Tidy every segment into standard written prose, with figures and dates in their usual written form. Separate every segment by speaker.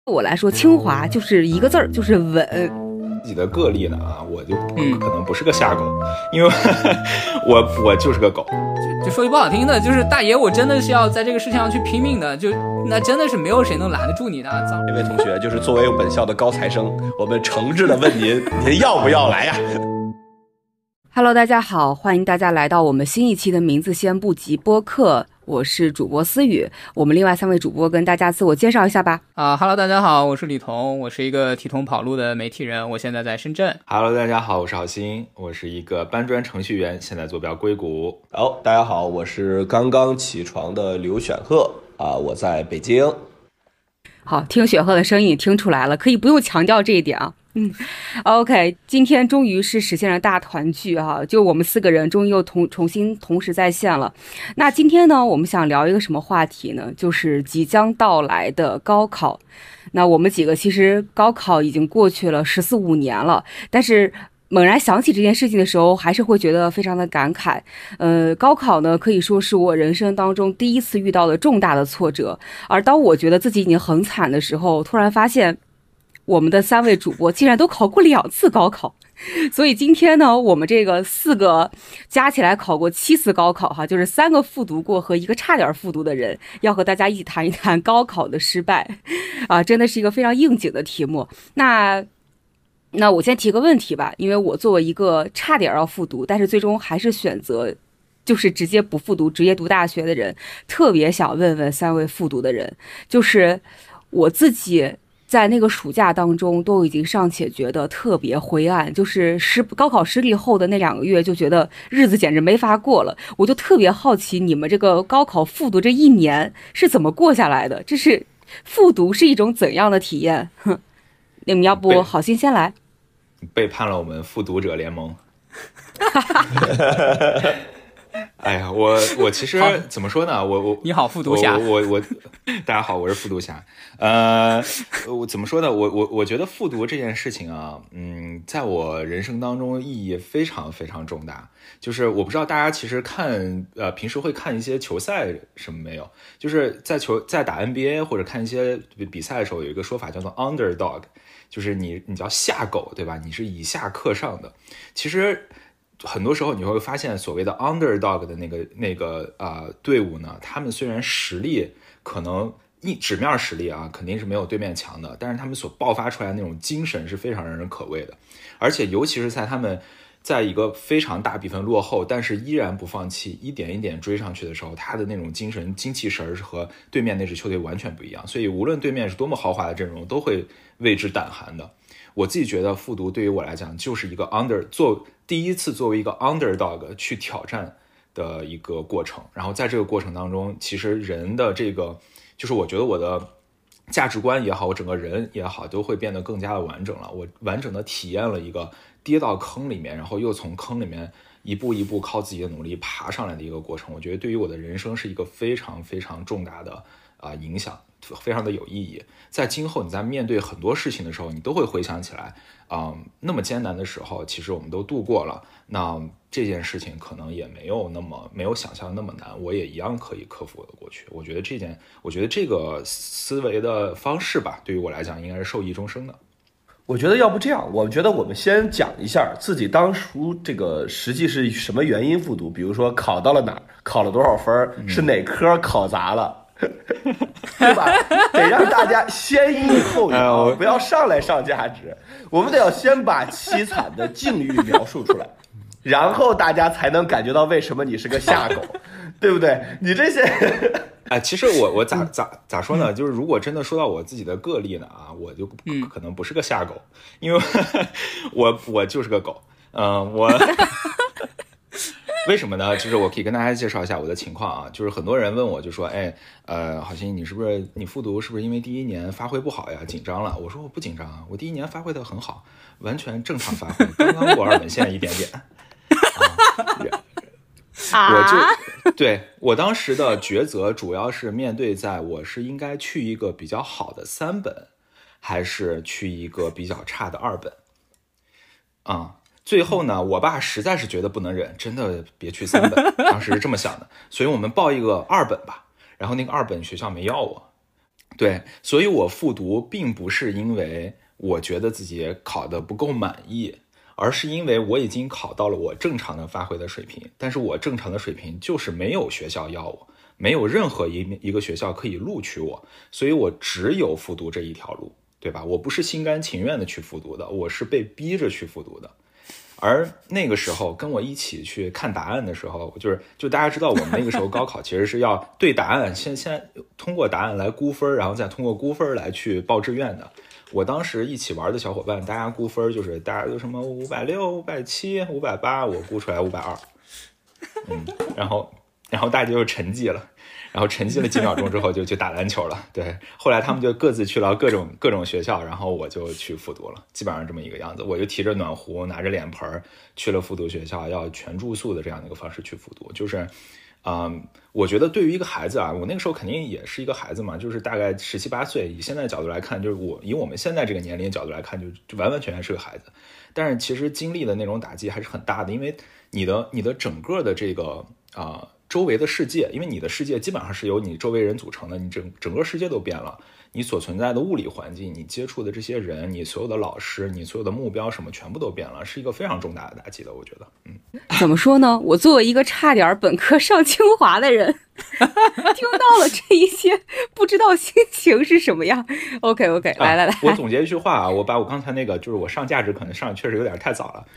Speaker 1: 我来说，清华就是一个字儿，就是稳。
Speaker 2: 自己的个例呢我就可能不是个下狗，因为我就是个狗。
Speaker 3: 就说句不好听的，就是大爷，我真的是要在这个事情上去拼命的，就那真的是没有谁能拦得住你的。
Speaker 4: 这位同学，就是作为本校的高材生，我们诚挚的问您要不要来呀
Speaker 1: ？Hello， 大家好，欢迎大家来到我们新一期的名字先不急播客。我是主播思雨，我们另外3位主播跟大家自我介绍一下吧。
Speaker 3: Hello， 大家好，我是李彤，我是一个体统跑路的媒体人，我现在在深圳。
Speaker 2: Hello， 大家好，我是郝鑫，我是一个搬砖程序员，现在坐标硅谷。
Speaker 4: 大家好，我是刚刚起床的刘选赫我在北京。
Speaker 1: 好，听选赫的声音听出来了，可以不用强调这一点啊。OK， 今天终于是实现了大团聚哈，就我们4个人终于又重新同时在线了。那今天呢，我们想聊一个什么话题呢？就是即将到来的高考。那我们几个其实高考已经过去了14、15年了，但是猛然想起这件事情的时候，还是会觉得非常的感慨。高考呢，可以说是我人生当中第一次遇到的重大的挫折。而当我觉得自己已经很惨的时候，突然发现我们的3位主播竟然都考过2次高考。所以今天呢，我们这个4个加起来考过7次高考哈，就是3个复读过和1个差点复读的人，要和大家一起谈一谈高考的失败真的是一个非常应景的题目。那我先提个问题吧，因为我作为一个差点要复读，但是最终还是选择就是直接不复读，直接读大学的人，特别想问问3位复读的人，就是我自己在那个暑假当中都已经尚且觉得特别灰暗，就是高考失利后的那2个月就觉得日子简直没法过了。我就特别好奇你们这个高考复读这1年是怎么过下来的，这是复读是一种怎样的体验？你们要不好心先来？
Speaker 2: 背叛了我们复读者联盟。哎呀，我其实怎么说呢？
Speaker 3: 你好，复读侠。
Speaker 2: 大家好，我是复读侠。我怎么说呢？我觉得复读这件事情啊，在我人生当中意义非常非常重大。就是我不知道大家其实平时会看一些球赛什么没有？就是在打 NBA 或者看一些比赛的时候，有一个说法叫做 underdog， 就是你叫下狗，对吧？你是以下克上的。其实很多时候你会发现，所谓的 underdog 的那个队伍呢，他们虽然实力可能纸面实力肯定是没有对面强的，但是他们所爆发出来的那种精神是非常让人可畏的。而且尤其是在他们在一个非常大比分落后，但是依然不放弃，一点一点追上去的时候，他的那种精气神是和对面那支球队完全不一样。所以无论对面是多么豪华的阵容，都会为之胆寒的。我自己觉得复读对于我来讲就是一个第一次作为一个 underdog 去挑战的一个过程。然后在这个过程当中，其实人的这个就是我觉得我的价值观也好，我整个人也好，都会变得更加的完整了。我完整的体验了一个跌到坑里面，然后又从坑里面一步一步靠自己的努力爬上来的一个过程。我觉得对于我的人生是一个非常非常重大的影响，非常的有意义。在今后你在面对很多事情的时候，你都会回想起来那么艰难的时候其实我们都度过了，那这件事情可能也没有想象那么难，我也一样可以克服我的过去。我觉得这个思维的方式吧，对于我来讲应该是受益终生的。
Speaker 4: 我觉得要不这样，我觉得我们先讲一下自己当初这个实际是什么原因复读，比如说考到了哪儿，考了多少分，是哪科考砸了对吧？得让大家先抑后扬，不要上来上价值。我们得要先把凄惨的境遇描述出来，然后大家才能感觉到为什么你是个下狗，对不对？你这些
Speaker 2: 其实我咋说呢？就是如果真的说到我自己的个例呢我就可能不是个下狗，因为我就是个狗。为什么呢？就是我可以跟大家介绍一下我的情况就是很多人问我就说郝鑫你复读是不是因为第1年发挥不好呀，紧张了？我说我不紧张我第1年发挥的很好，完全正常发挥，刚刚过2本线一点点对，我当时的抉择主要是面对在我是应该去一个比较好的3本，还是去一个比较差的2本最后呢，我爸实在是觉得不能忍，真的别去3本，当时是这么想的，所以我们报一个2本吧。然后那个2本学校没要我， 对，所以我复读并不是因为我觉得自己考得不够满意，而是因为我已经考到了我正常的发挥的水平，但是我正常的水平就是没有学校要我，没有任何一个学校可以录取我，所以我只有复读这一条路，对吧？我不是心甘情愿的去复读的，我是被逼着去复读的。而那个时候跟我一起去看答案的时候，就大家知道我们那个时候高考其实是要对答案，先通过答案来估分，然后再通过估分来去报志愿的。我当时一起玩的小伙伴，大家估分就是大家都什么560、570、580，我估出来520，然后大家就沉寂了。然后沉寂了几秒钟之后就打篮球了，对。后来他们就各自去了各种学校，然后我就去复读了，基本上这么一个样子。我就提着暖壶，拿着脸盆去了复读学校，要全住宿的这样的一个方式去复读。就是，我觉得对于一个孩子啊，我那个时候肯定也是一个孩子嘛，就是大概17、18岁，以现在的角度来看，就是以我们现在这个年龄角度来看，就完完全全是个孩子。但是其实经历的那种打击还是很大的，因为你的整个的这个周围的世界，因为你的世界基本上是由你周围人组成的，你整个世界都变了，你所存在的物理环境，你接触的这些人，你所有的老师，你所有的目标什么全部都变了，是一个非常重大的打击的，我觉得。
Speaker 1: 怎么说呢？我作为一个差点本科上清华的人，听到了这一些，不知道心情是什么样。OK， 来，
Speaker 2: 我总结一句话啊，我把我刚才那个就是我上价值可能上确实有点太早了，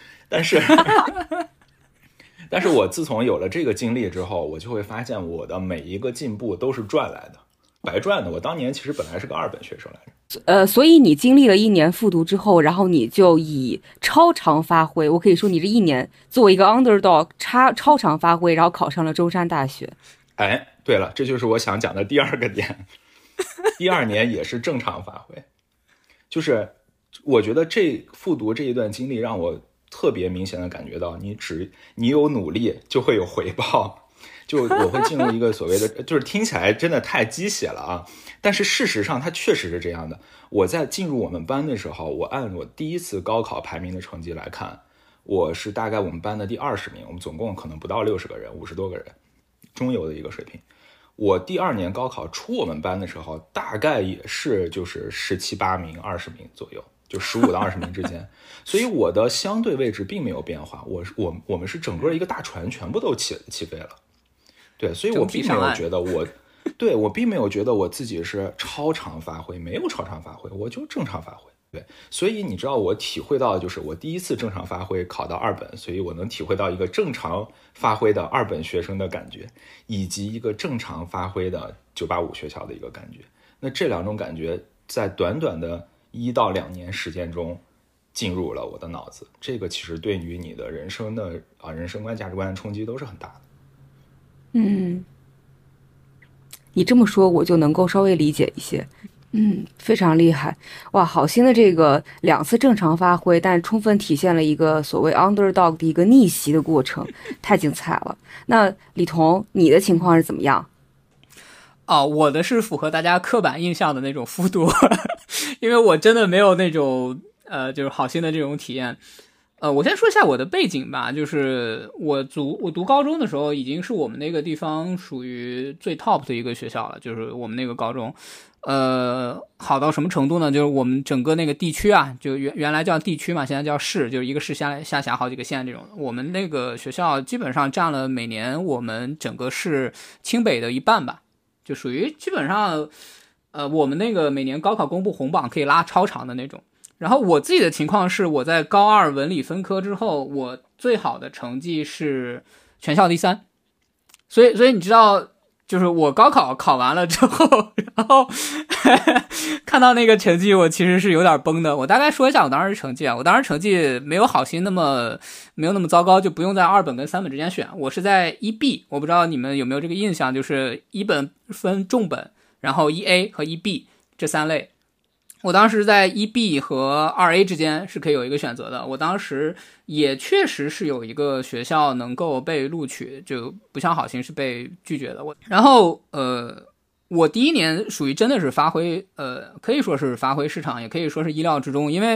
Speaker 2: 但是我自从有了这个经历之后，我就会发现我的每一个进步都是赚来的，白赚的。我当年其实本来是个2本学生来着。
Speaker 1: 所以你经历了1年复读之后，然后你就以超常发挥，我可以说你这1年作为一个 underdog 超常发挥，然后考上了中山大学。
Speaker 2: 哎，对了，这就是我想讲的第2个点。第2年也是正常发挥，就是我觉得复读这一段经历让我特别明显的感觉到，你有努力就会有回报，就我会进入一个所谓的，就是听起来真的太鸡血了啊，但是事实上它确实是这样的。我在进入我们班的时候，我按我第一次高考排名的成绩来看，我是大概我们班的第20名，我们总共可能不到60个人，50多个人，中游的一个水平。我第2年高考出我们班的时候，大概也是就是17、18名、20名左右，就15到20名之间，所以我的相对位置并没有变化。我们是整个一个大船全部都起飞了，对，所以我并没有觉得我并没有觉得我自己是超常发挥，没有超常发挥，我就正常发挥。对，所以你知道我体会到的就是我第一次正常发挥考到2本，所以我能体会到一个正常发挥的2本学生的感觉，以及一个正常发挥的985学校的一个感觉。那这2种感觉在短短的1到2年时间中进入了我的脑子，这个其实对于你的人生的人生观、价值观的冲击都是很大的。
Speaker 1: 你这么说我就能够稍微理解一些。非常厉害哇！好心的这个2次正常发挥，但充分体现了一个所谓 underdog 的一个逆袭的过程，太精彩了。那李彤，你的情况是怎么样？
Speaker 3: 我的是符合大家刻板印象的那种复读，因为我真的没有那种就是好心的这种体验。我先说一下我的背景吧，就是我读高中的时候，已经是我们那个地方属于最 top 的一个学校了，就是我们那个高中。好到什么程度呢？就是我们整个那个地区啊，就原来叫地区嘛，现在叫市，就是一个市下辖好几个县这种。我们那个学校基本上占了每年我们整个市清北的一半吧，就属于基本上，我们那个每年高考公布红榜可以拉超长的那种。然后我自己的情况是，我在高2文理分科之后，我最好的成绩是全校第3，所以你知道。就是我高考考完了之后，然后看到那个成绩，我其实是有点崩的。我大概说一下我当时成绩啊，我当时成绩没有好心没有那么糟糕，就不用在2本跟3本之间选。我是在1B， 我不知道你们有没有这个印象，就是1本分重本，然后1A 和1B这3类。我当时在1B 和2A 之间是可以有一个选择的，我当时也确实是有一个学校能够被录取，就不像好心是被拒绝的。然后我第1年属于真的是发挥，可以说是发挥失常，也可以说是意料之中，因为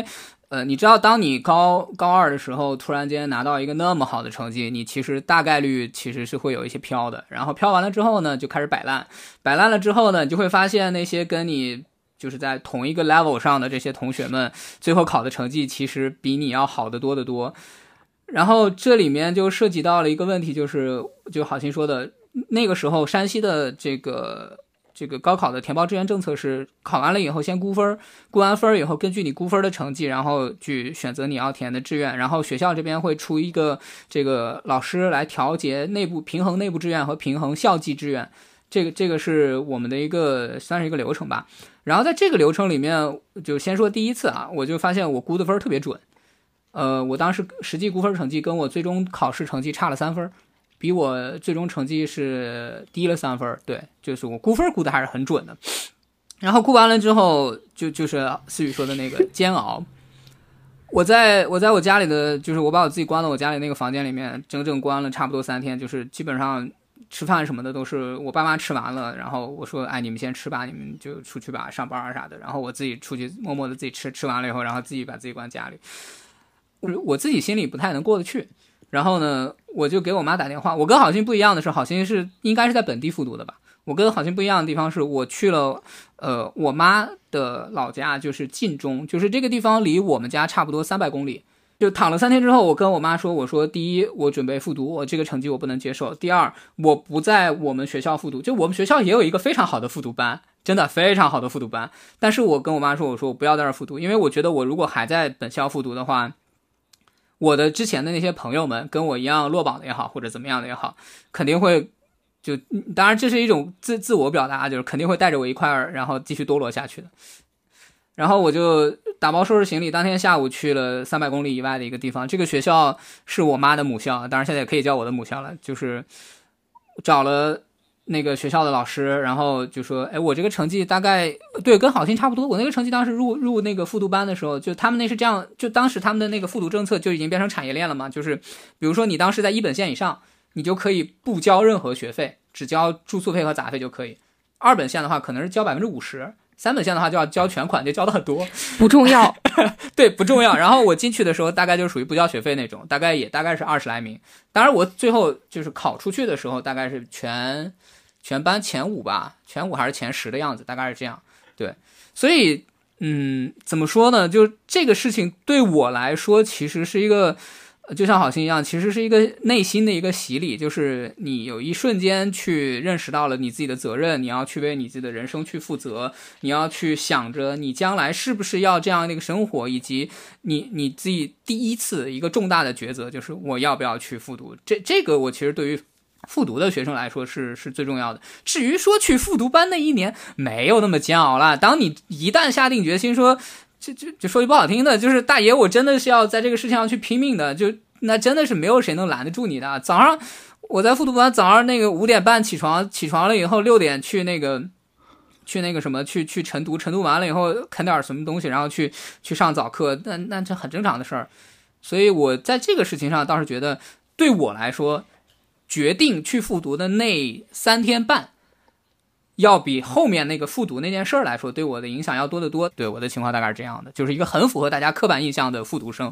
Speaker 3: 你知道，当你高二的时候，突然间拿到一个那么好的成绩，你其实大概率其实是会有一些飘的。然后飘完了之后呢，就开始摆烂，摆烂了之后呢，你就会发现那些跟你就是在同一个 level 上的这些同学们，最后考的成绩其实比你要好得多得多。然后这里面就涉及到了一个问题，就郝鑫说的，那个时候山西的这个高考的填报志愿政策是考完了以后先估分，估完分以后根据你估分的成绩，然后去选择你要填的志愿，然后学校这边会出一个这个老师来调节平衡内部志愿和平衡校际志愿，这个是我们的一个算是一个流程吧。然后在这个流程里面，就先说第一次啊，我就发现我估的分特别准，我当时实际估分成绩跟我最终考试成绩差了3分。比我最终成绩是低了3分，对，就是我估分估的还是很准的。然后估完了之后，就是思雨说的那个煎熬。我在我家里的，就是我把我自己关到我家里那个房间里面，整整关了差不多3天，就是基本上吃饭什么的都是我爸妈吃完了，然后我说，哎，你们先吃吧，你们就出去吧，上班啊啥的，然后我自己出去默默的自己吃完了以后，然后自己把自己关家里，我自己心里不太能过得去。然后呢，我就给我妈打电话。我跟郝鑫不一样的是，郝鑫应该是在本地复读的吧。我跟郝鑫不一样的地方是我去了我妈的老家，就是晋中，就是这个地方离我们家差不多300公里。就躺了3天之后，我跟我妈说，我说第一，我准备复读，我这个成绩我不能接受；第二，我不在我们学校复读，就我们学校也有一个非常好的复读班，真的非常好的复读班。但是我跟我妈说，我说我不要在这儿复读，因为我觉得我如果还在本校复读的话，我的之前的那些朋友们跟我一样落榜的也好，或者怎么样的也好，肯定会当然这是一种自我表达，就是肯定会带着我一块儿，然后继续堕落下去的。然后我就打包收拾行李，当天下午去了300公里以外的一个地方。这个学校是我妈的母校，当然现在也可以叫我的母校了。就是找了那个学校的老师，然后就说，哎，我这个成绩大概对跟郝鑫差不多。我那个成绩当时入那个复读班的时候，就他们那是这样，就当时他们的那个复读政策就已经变成产业链了嘛。就是比如说你当时在1本线以上，你就可以不交任何学费，只交住宿费和杂费就可以。2本线的话可能是交50%。3本线的话就要交全款，就交的很多，
Speaker 1: 不重要。
Speaker 3: 对，不重要。然后我进去的时候大概就属于不交学费那种，大概是20来名。当然我最后就是考出去的时候大概是全班前5吧，前5还是前10的样子，大概是这样。对，所以怎么说呢，就这个事情对我来说其实是一个就像郝鑫一样，其实是一个内心的一个洗礼，就是你有一瞬间去认识到了你自己的责任，你要去为你自己的人生去负责，你要去想着你将来是不是要这样的一个生活，以及你自己第一次一个重大的抉择，就是我要不要去复读。这个我其实对于复读的学生来说是最重要的。至于说去复读班那一年没有那么煎熬了，当你一旦下定决心说就说句不好听的，就是大爷我真的是要在这个事情上去拼命的，就那真的是没有谁能拦得住你的。早上我在复读班，早上那个5点半起床了以后6点去那个什么去晨读完了以后啃点什么东西，然后去上早课，那这很正常的事儿。所以我在这个事情上倒是觉得，对我来说，决定去复读的那3天半，要比后面那个复读那件事儿来说，对我的影响要多得多。对我的情况大概是这样的，就是一个很符合大家刻板印象的复读生。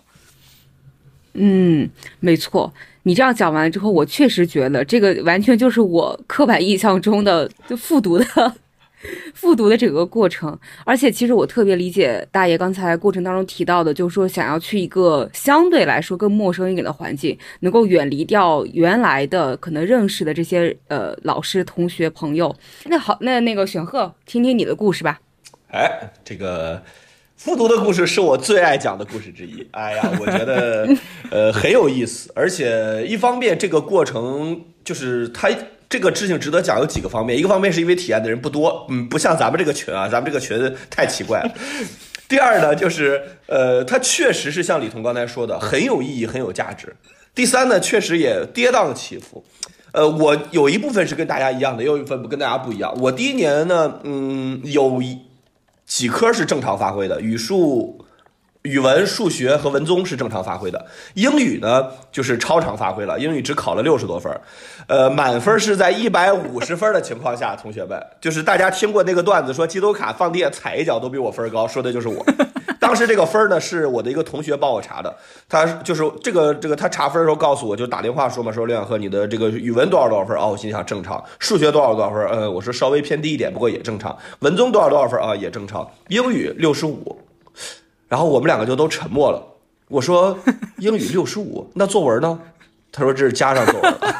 Speaker 1: 没错，你这样讲完之后，我确实觉得这个完全就是我刻板印象中的就复读的整个过程。而且其实我特别理解大爷刚才过程当中提到的，就是说想要去一个相对来说更陌生一点的环境，能够远离掉原来的可能认识的这些老师、同学、朋友。那好，那个选赫，听听你的故事吧。
Speaker 4: 哎，这个复读的故事是我最爱讲的故事之一。哎呀，我觉得很有意思，而且一方面这个过程就是它这个事情值得讲，有几个方面。一个方面是因为体验的人不多，不像咱们这个群啊，咱们这个群太奇怪了。第二呢，就是它确实是像李彤刚才说的，很有意义，很有价值。第三呢，确实也跌宕起伏。我有一部分是跟大家一样的，有一部分跟大家不一样。我第一年呢，有几科是正常发挥的，语文、数学和文综是正常发挥的，英语呢就是超常发挥了，英语只考了60多分，满分是在150分的情况下，同学们就是大家听过那个段子说基督卡放地下踩一脚都比我分高，说的就是我。 当时这个分呢是我的一个同学帮我查的，他就是这个他查分的时候告诉我，就打电话说嘛，说刘远和你的这个语文多少分啊？我心想正常。数学多少分？我说稍微偏低一点，不过也正常。文综多少分啊？也正常。英语65，然后我们两个就都沉默了。我说英语65，那作文呢？他说这是加上作文了。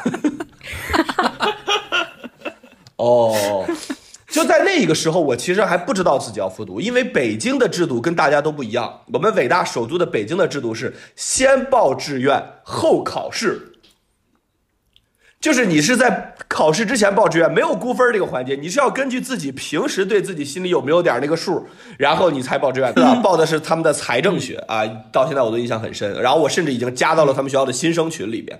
Speaker 4: 哦。就在那个时候，我其实还不知道自己要复读，因为北京的制度跟大家都不一样。我们伟大首都的北京的制度是先报志愿后考试，就是你是在考试之前报志愿，没有估分这个环节，你是要根据自己平时对自己心里有没有点那个数，然后你才报志愿。报的是他们的财政学啊，到现在我都印象很深。然后我甚至已经加到了他们学校的新生群里边，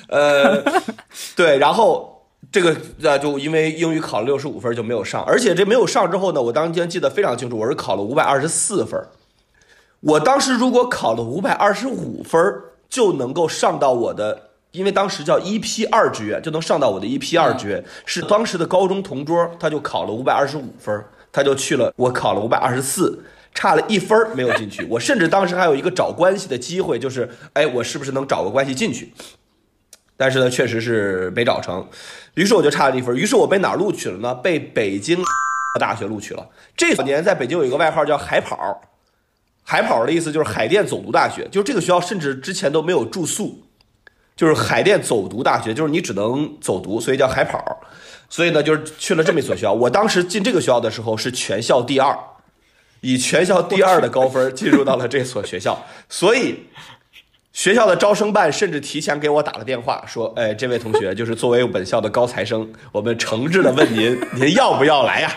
Speaker 4: 对，然后。这个就因为英语考了65分就没有上，而且这没有上之后呢，我当天记得非常清楚，我是考了524分。我当时如果考了525分，就能够上到我的，因为当时叫1P2志愿，就能上到我的1P2志愿。是当时的高中同桌，他就考了525分，他就去了，我考了524。差了1分没有进去。我甚至当时还有一个找关系的机会，就是我是不是能找个关系进去？但是呢，确实是没找成，于是我就差了1分。于是我被哪儿录取了呢？被北京大学录取了。这2年在北京有一个外号叫海跑，海跑的意思就是海淀走读大学，就是这个学校甚至之前都没有住宿，就是海淀走读大学，就是你只能走读，所以叫海跑。所以呢，就是去了这么一所学校。我当时进这个学校的时候是全校第2，以全校第2的高分进入到了这所学校，所以。学校的招生办甚至提前给我打了电话，说：“这位同学，就是作为本校的高材生，我们诚挚的问您，您要不要来呀？”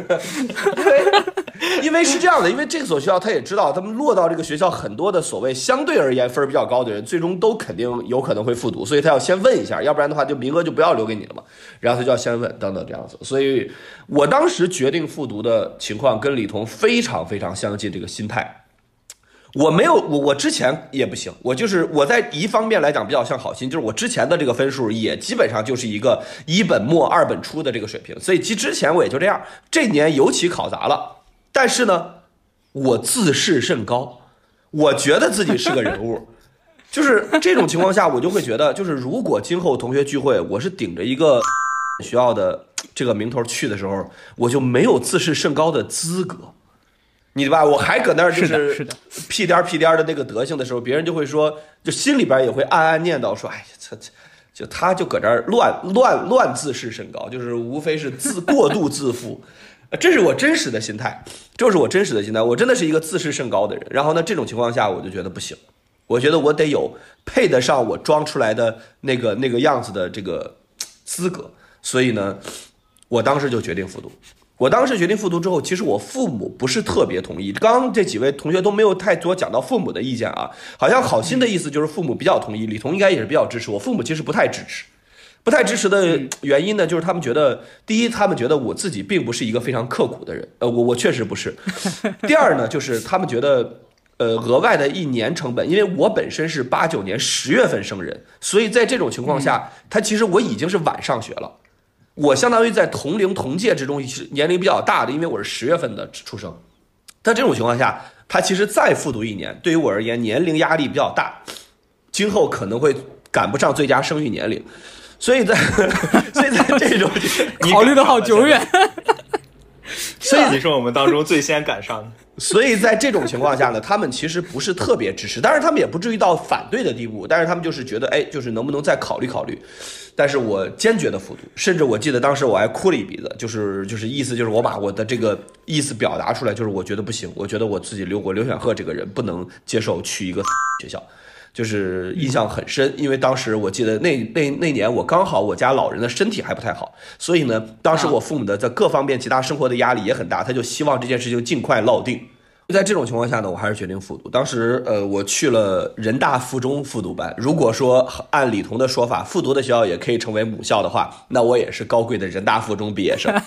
Speaker 4: 因为是这样的，因为这所学校他也知道，他们落到这个学校很多的所谓相对而言分比较高的人，最终都肯定有可能会复读，所以他要先问一下，要不然的话就名额就不要留给你了嘛。然后他就要先问等等这样子，所以我当时决定复读的情况跟李彤非常非常相近，这个心态。我之前也不行，我在一方面来讲比较像好心，就是我之前的这个分数也基本上就是一个1本末2本初的这个水平，所以其之前我也就这样。这年尤其考砸了，但是呢，我自视甚高，我觉得自己是个人物，就是这种情况下，我就会觉得，就是如果今后同学聚会，我是顶着一个学校的这个名头去的时候，我就没有自视甚高的资格。你对吧？我还搁那儿就是屁颠屁颠的那个德行的时候，别人就会说，就心里边也会暗暗念叨说：“哎呀，他就搁这儿乱自视甚高，就是无非是过度自负。”这是我真实的心态，这是我真实的心态。我真的是一个自视甚高的人。然后呢，这种情况下我就觉得不行，我觉得我得有配得上我装出来的那个样子的这个资格。所以呢，我当时就决定复读。我当时决定复读之后，其实我父母不是特别同意。刚刚这几位同学都没有太多讲到父母的意见啊，好像好心的意思就是父母比较同意，李彤应该也是比较支持。我父母其实不太支持，不太支持的原因呢，就是他们觉得，第一，他们觉得我自己并不是一个非常刻苦的人，我确实不是。第二呢，就是他们觉得，额外的1年成本，因为我本身是89年10月份生人，所以在这种情况下，其实我已经是晚上学了。我相当于在同龄同届之中是年龄比较大的，因为我是10月份的出生。但这种情况下，他其实再复读1年，对于我而言年龄压力比较大，今后可能会赶不上最佳生育年龄，所以在这种
Speaker 3: 考虑的好久远。
Speaker 2: 所以你是我们当中最先赶上的。
Speaker 4: 所以在这种情况下呢，他们其实不是特别支持，当然他们也不至于到反对的地步，但是他们就是觉得，就是能不能再考虑考虑。但是我坚决的复读，甚至我记得当时我还哭了一鼻子，就是意思就是我把我的这个意思表达出来，就是我觉得不行，我觉得我自己刘选赫这个人不能接受去一个学校，就是印象很深。因为当时我记得那年我刚好我家老人的身体还不太好，所以呢，当时我父母的在各方面其他生活的压力也很大，他就希望这件事情尽快落定。在这种情况下呢，我还是决定复读。当时我去了人大附中复读班。如果说按李彤的说法，复读的学校也可以成为母校的话，那我也是高贵的人大附中毕业生。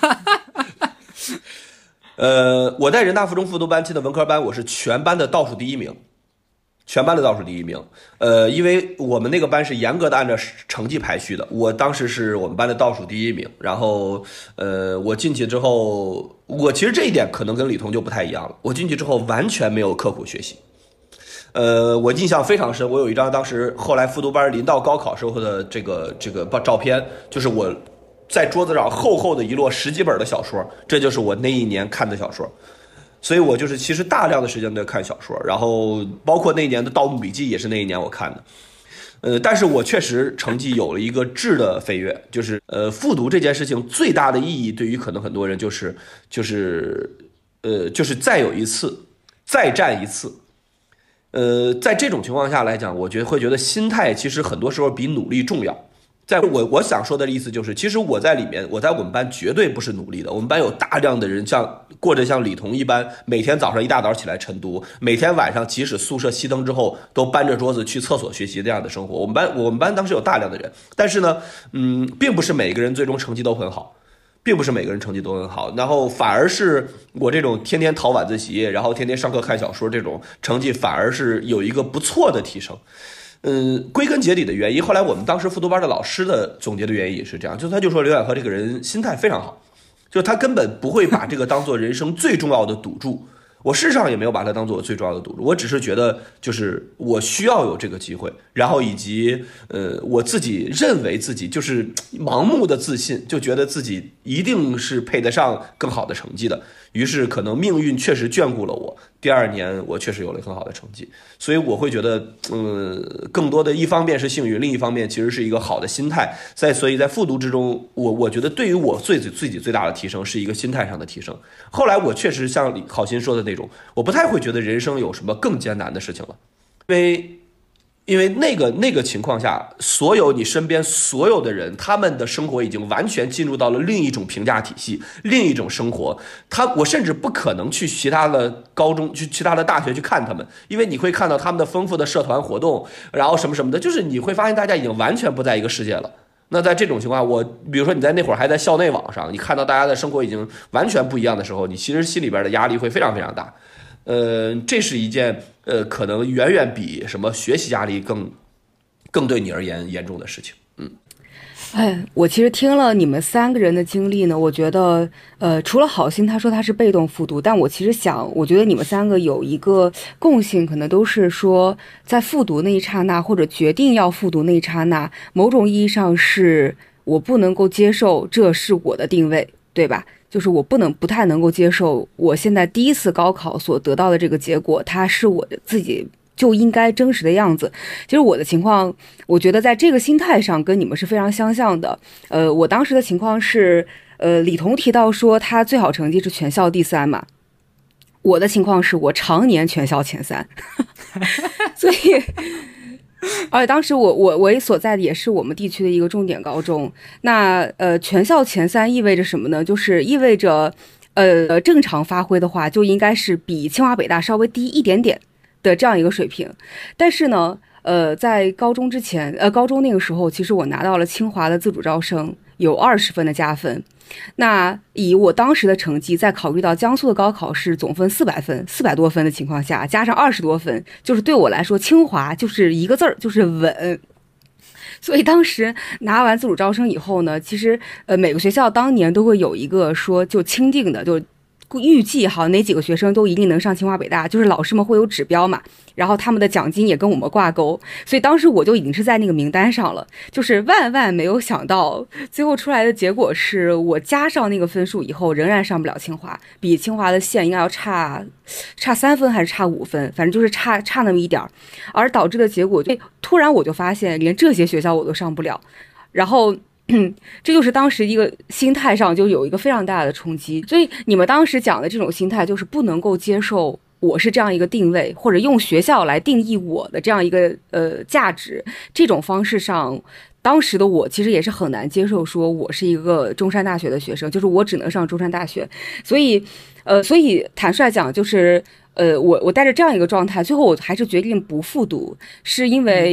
Speaker 4: 我在人大附中复读班进的文科班，我是全班的倒数第1名。 全班的倒数第一名。因为我们那个班是严格的按照成绩排序的，我当时是我们班的倒数第一名。然后，我进去之后，我其实这一点可能跟李彤就不太一样了。我进去之后完全没有刻苦学习。我印象非常深，我有一张当时后来复读班临到高考时候的这个照片，就是我在桌子上厚厚的一摞10几本的小说，这就是我那一年看的小说。所以我就是其实大量的时间都在看小说，然后包括那一年的《盗墓笔记》也是那一年我看的。但是我确实成绩有了一个质的飞跃，就是复读这件事情最大的意义对于可能很多人就是再有一次，再战一次。在这种情况下来讲，我会觉得心态其实很多时候比努力重要。在我想说的意思就是，其实我在里面，我在我们班绝对不是努力的。我们班有大量的人过着像李彤一般，每天早上一大早起来晨读，每天晚上即使宿舍熄灯之后，都搬着桌子去厕所学习这样的生活。我们班当时有大量的人，但是呢，并不是每个人最终成绩都很好。并不是每个人成绩都很好，然后反而是我这种天天逃晚自习，然后天天上课看小说，这种成绩反而是有一个不错的提升。归根结底的原因，后来我们当时复读班的老师的总结的原因也是这样，他就说刘远和这个人心态非常好，就是他根本不会把这个当做人生最重要的赌注。我事实上也没有把它当做最重要的赌注，我只是觉得就是我需要有这个机会，然后以及我自己认为自己就是盲目的自信，就觉得自己一定是配得上更好的成绩的，于是可能命运确实眷顾了我，第2年我确实有了很好的成绩，所以我会觉得更多的一方面是幸运，另一方面其实是一个好的心态，所以在复读之中，我觉得对于我自己最大的提升是一个心态上的提升。后来我确实像郝鑫说的那种，我不太会觉得人生有什么更艰难的事情了，因为那个情况下，所有你身边所有的人，他们的生活已经完全进入到了另一种评价体系，另一种生活。我甚至不可能去其他的高中、去其他的大学去看他们，因为你会看到他们的丰富的社团活动，然后什么什么的，就是你会发现大家已经完全不在一个世界了。那在这种情况，比如说你在那会儿还在校内网上，你看到大家的生活已经完全不一样的时候，你其实心里边的压力会非常非常大。这是一件可能远远比什么学习压力更对你而言严重的事情。
Speaker 1: 我其实听了你们3个人的经历呢，我觉得除了郝鑫他说他是被动复读，但我其实我觉得你们3个有一个共性，可能都是说在复读那一刹那，或者决定要复读那一刹那，某种意义上是我不能够接受这是我的定位，对吧？就是我不太能够接受我现在第一次高考所得到的这个结果，它是我自己就应该真实的样子。其实我的情况，我觉得在这个心态上跟你们是非常相像的。我当时的情况是，李彤提到说他最好成绩是全校第3嘛，我的情况是我常年全校前3，所以。而且当时我所在的也是我们地区的一个重点高中，那全校前3意味着什么呢？就是意味着正常发挥的话就应该是比清华北大稍微低一点点的这样一个水平，但是呢在高中之前高中那个时候，其实我拿到了清华的自主招生，有20分的加分。那以我当时的成绩，在考虑到江苏的高考是总分400多分的情况下，加上20多分，就是对我来说，清华就是一个字儿，就是稳。所以当时拿完自主招生以后呢，其实每个学校当年都会有一个说就钦定的，就预计好哪几个学生都一定能上清华北大，就是老师们会有指标嘛，然后他们的奖金也跟我们挂钩，所以当时我就已经是在那个名单上了。就是万没有想到，最后出来的结果是我加上那个分数以后仍然上不了清华，比清华的线应该要差3分还是差5分，反正就是差那么一点，而导致的结果就突然我就发现连这些学校我都上不了，然后这就是当时一个心态上就有一个非常大的冲击。所以你们当时讲的这种心态，就是不能够接受我是这样一个定位，或者用学校来定义我的这样一个价值，这种方式上，当时的我其实也是很难接受，说我是一个中山大学的学生，就是我只能上中山大学。所以坦率讲，就是我带着这样一个状态，最后我还是决定不复读，是因为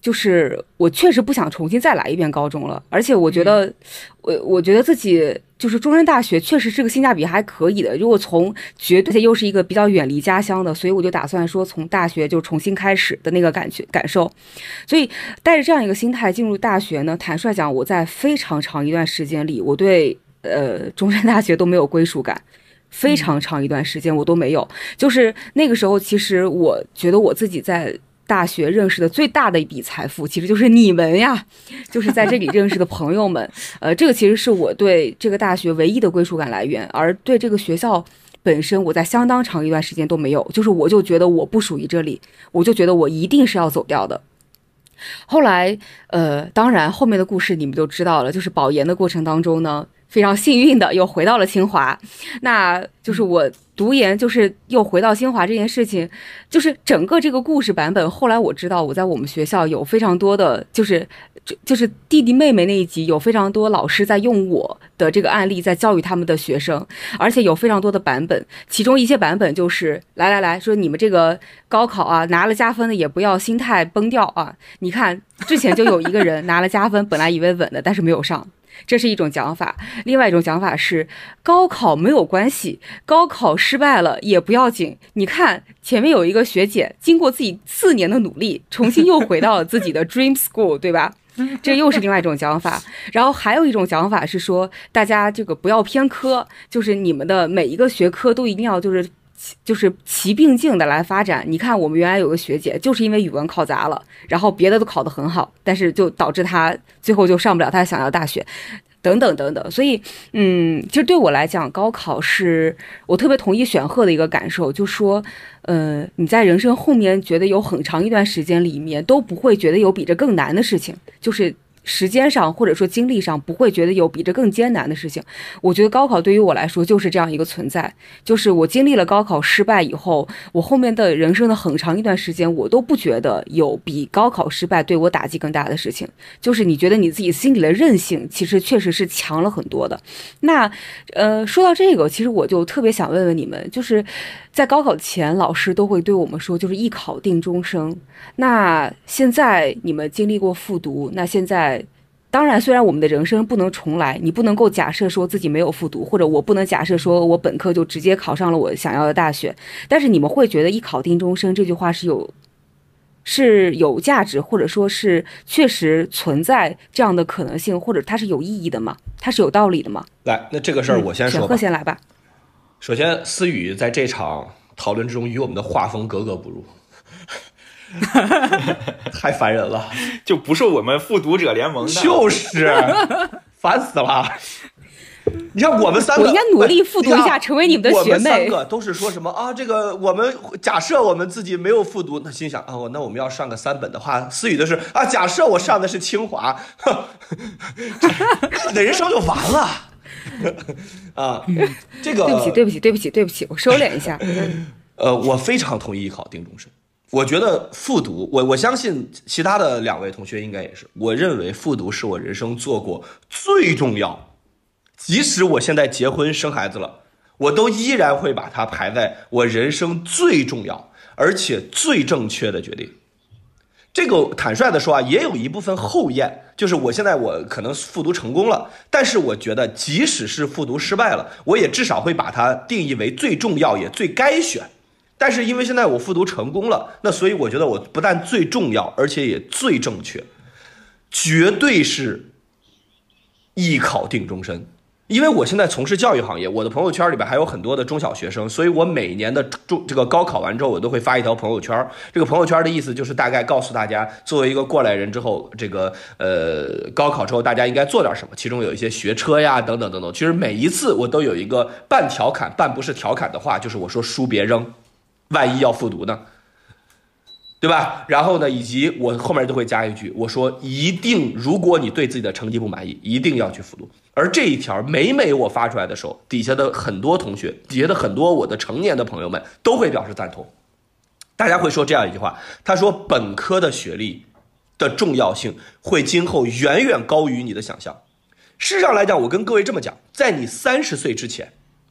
Speaker 1: 就是我确实不想重新再来一遍高中了，而且我觉得，我觉得自己就是中山大学确实是个性价比还可以的。如果从绝对又是一个比较远离家乡的，所以我就打算说从大学就重新开始的那个感受。所以带着这样一个心态进入大学呢，坦率讲，我在非常长一段时间里，我对中山大学都没有归属感。非常长一段时间我都没有，就是那个时候，其实我觉得我自己在大学认识的最大的一笔财富，其实就是你们呀，就是在这里认识的朋友们。这个其实是我对这个大学唯一的归属感来源，而对这个学校本身，我在相当长一段时间都没有，就是我就觉得我不属于这里，我就觉得我一定是要走掉的。后来，当然后面的故事你们就知道了，就是保研的过程当中呢，非常幸运的又回到了清华，那就是我读研就是又回到清华这件事情，就是整个这个故事版本。后来我知道我在我们学校有非常多的，就是弟弟妹妹那一集有非常多老师在用我的这个案例在教育他们的学生，而且有非常多的版本，其中一些版本就是来说你们这个高考啊拿了加分的也不要心态崩掉啊，你看之前就有一个人拿了加分，本来以为稳的，但是没有上。这是一种讲法，另外一种讲法是高考没有关系，高考失败了也不要紧。你看前面有一个学姐，经过自己4年的努力，重新又回到了自己的 dream school， 对吧？这又是另外一种讲法。然后还有一种讲法是说，大家这个不要偏科，就是你们的每一个学科都一定要就是齐并进的来发展。你看我们原来有个学姐，就是因为语文考砸了，然后别的都考得很好，但是就导致她最后就上不了她想要大学，等等等等。所以其实对我来讲，高考是我特别同意选赫的一个感受，就是说你在人生后面觉得有很长一段时间里面都不会觉得有比这更难的事情，就是时间上或者说精力上不会觉得有比这更艰难的事情。我觉得高考对于我来说就是这样一个存在，就是我经历了高考失败以后，我后面的人生的很长一段时间我都不觉得有比高考失败对我打击更大的事情，就是你觉得你自己心里的韧性其实确实是强了很多的。那说到这个，其实我就特别想问问你们，就是在高考前老师都会对我们说就是一考定终生，那现在你们经历过复读，那现在当然虽然我们的人生不能重来，你不能够假设说自己没有复读，或者我不能假设说我本科就直接考上了我想要的大学，但是你们会觉得一考定终生这句话是有价值，或者说是确实存在这样的可能性，或者它是有意义的吗？它是有道理的吗？
Speaker 4: 来，那这个事儿我先说吧。
Speaker 1: 选赫先来吧。
Speaker 4: 首先，思雨在这场讨论之中与我们的画风格格不入，太烦人了，
Speaker 2: 就不是我们复读者联盟的，
Speaker 4: 就是烦死了。你看我们3个，
Speaker 1: 我应该努力复读一下，成为你们的学妹。
Speaker 4: 我们3个都是说什么啊？这个我们假设我们自己没有复读，那心想啊，那我们要上个3本的话，思雨的是啊，假设我上的是清华，你的人生就完了。啊，这个
Speaker 1: 对不起，我收敛一下。
Speaker 4: 我非常同意一考定终身。我觉得复读，我相信其他的2位同学应该也是。我认为复读是我人生做过最重要，即使我现在结婚生孩子了，我都依然会把它排在我人生最重要而且最正确的决定。这个坦率的说啊，也有一部分后验，就是我现在我可能复读成功了，但是我觉得即使是复读失败了，我也至少会把它定义为最重要也最该选。但是因为现在我复读成功了，那所以我觉得我不但最重要，而且也最正确，绝对是一考定终身。因为我现在从事教育行业，我的朋友圈里边还有很多的中小学生，所以我每年的这个高考完之后，我都会发一条朋友圈。这个朋友圈的意思就是大概告诉大家，作为一个过来人之后，这个高考之后大家应该做点什么，其中有一些学车呀等等等等。其实每一次我都有一个半调侃半不是调侃的话，就是我说书别扔，万一要复读呢，对吧？然后呢，以及我后面都会加一句，我说一定，如果你对自己的成绩不满意，一定要去复读。而这一条每我发出来的时候，底下的很多同学，底下的很多我的成年的朋友们都会表示赞同。大家会说这样一句话，他说本科的学历的重要性会今后远远高于你的想象。事实上来讲，我跟各位这么讲，在你30岁之前，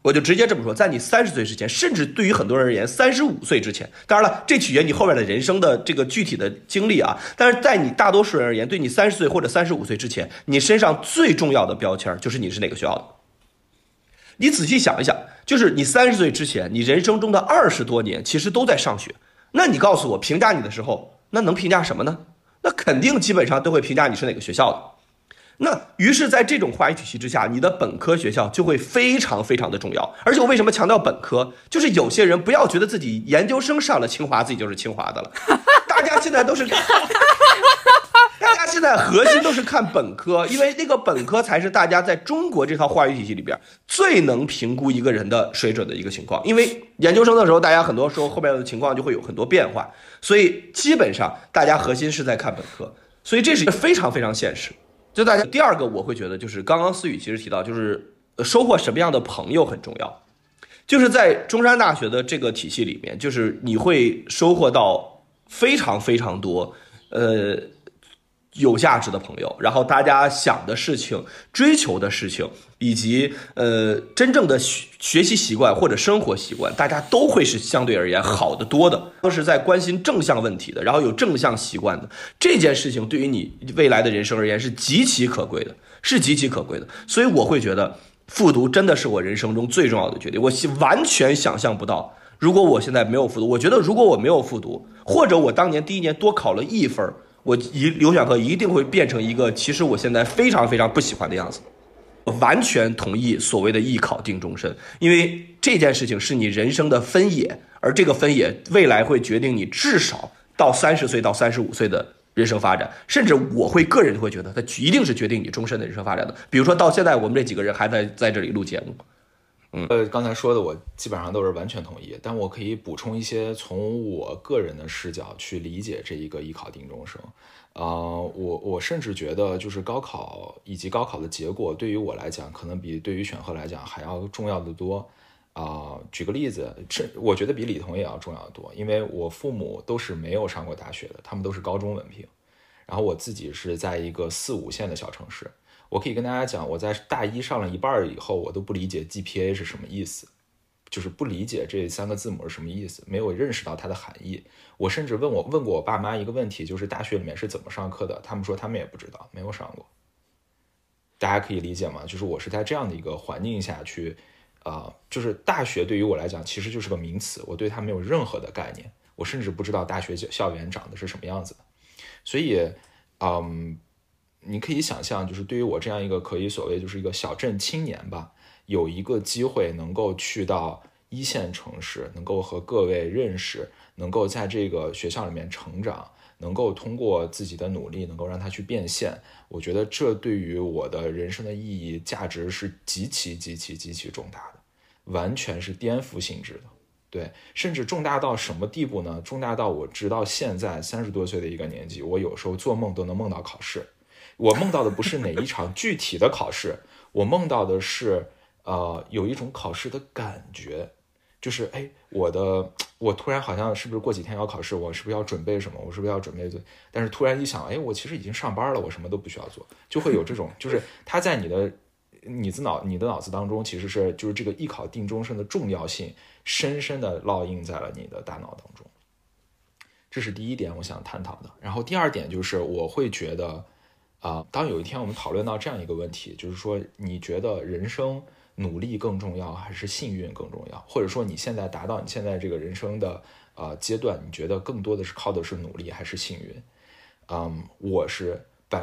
Speaker 4: 我就直接这么说，在你30岁之前，甚至对于很多人而言，35岁之前，当然了，这取决于你后面的人生的这个具体的经历啊。但是在你大多数人而言，对你30岁或者35岁之前，你身上最重要的标签就是你是哪个学校的。你仔细想一想，就是你30岁之前，你人生中的20多年其实都在上学。那你告诉我，评价你的时候，那能评价什么呢？那肯定基本上都会评价你是哪个学校的。那于是在这种话语体系之下，你的本科学校就会非常非常的重要。而且我为什么强调本科，就是有些人不要觉得自己研究生上了清华自己就是清华的了，大家现在都是大家现在核心都是看本科，因为那个本科才是大家在中国这套话语体系里边最能评估一个人的水准的一个情况。因为研究生的时候大家很多时候后面的情况就会有很多变化，所以基本上大家核心是在看本科，所以这是一个非常非常现实。就大家第二个我会觉得就是刚刚思雨其实提到，就是收获什么样的朋友很重要。就是在中山大学的这个体系里面，就是你会收获到非常非常多有价值的朋友，然后大家想的事情、追求的事情，以及真正的学习习惯或者生活习惯，大家都会是相对而言好得多的，都是在关心正向问题的，然后有正向习惯的。这件事情对于你未来的人生而言是极其可贵的，是极其可贵的。所以我会觉得复读真的是我人生中最重要的决定。我完全想象不到，如果我现在没有复读，我觉得如果我没有复读，或者我当年第一年多考了1分，我留选课一定会变成一个其实我现在非常非常不喜欢的样子。我完全同意所谓的艺考定终身，因为这件事情是你人生的分野，而这个分野未来会决定你至少到30岁到35岁的人生发展，甚至我个人会觉得它一定是决定你终身的人生发展的。比如说到现在我们这几个人还在这里录节目。
Speaker 2: 刚才说的我基本上都是完全同意，但我可以补充一些从我个人的视角去理解这一个艺考定终生。我甚至觉得就是高考以及高考的结果对于我来讲，可能比对于选赫来讲还要重要的多。举个例子，我觉得比李彤也要重要的多，因为我父母都是没有上过大学的，他们都是高中文凭，然后我自己是在一个4、5线的小城市。我可以跟大家讲，我在大一上了一半以后，我都不理解 GPA 是什么意思，就是不理解这3个字母是什么意思，没有认识到它的含义。我甚至问过我爸妈一个问题，就是大学里面是怎么上课的，他们说他们也不知道，没有上过。大家可以理解吗？就是我是在这样的一个环境下去，就是大学对于我来讲其实就是个名词，我对它没有任何的概念，我甚至不知道大学校园长得是什么样子的。所以，你可以想象，就是对于我这样一个可以所谓就是一个小镇青年吧，有一个机会能够去到1线城市，能够和各位认识，能够在这个学校里面成长，能够通过自己的努力能够让它去变现，我觉得这对于我的人生的意义价值是极其重大的，完全是颠覆性质的。对，甚至重大到什么地步呢？重大到我直到现在30多岁的一个年纪，我有时候做梦都能梦到考试。我梦到的不是哪一场具体的考试，我梦到的是有一种考试的感觉，就是我突然好像是不是过几天要考试，我是不是要准备什么，我是不是要准备，但是突然一想，我其实已经上班了，我什么都不需要做，就会有这种，就是它在你的脑子当中，其实是就是这个艺考定终身的重要性深深的烙印在了你的大脑当中。这是第一点我想探讨的。然后第二点就是我会觉得当有一天我们讨论到这样一个问题，就是说你觉得人生努力更重要还是幸运更重要，或者说你现在达到你现在这个人生的阶段，你觉得更多的是靠的是努力还是幸运？我是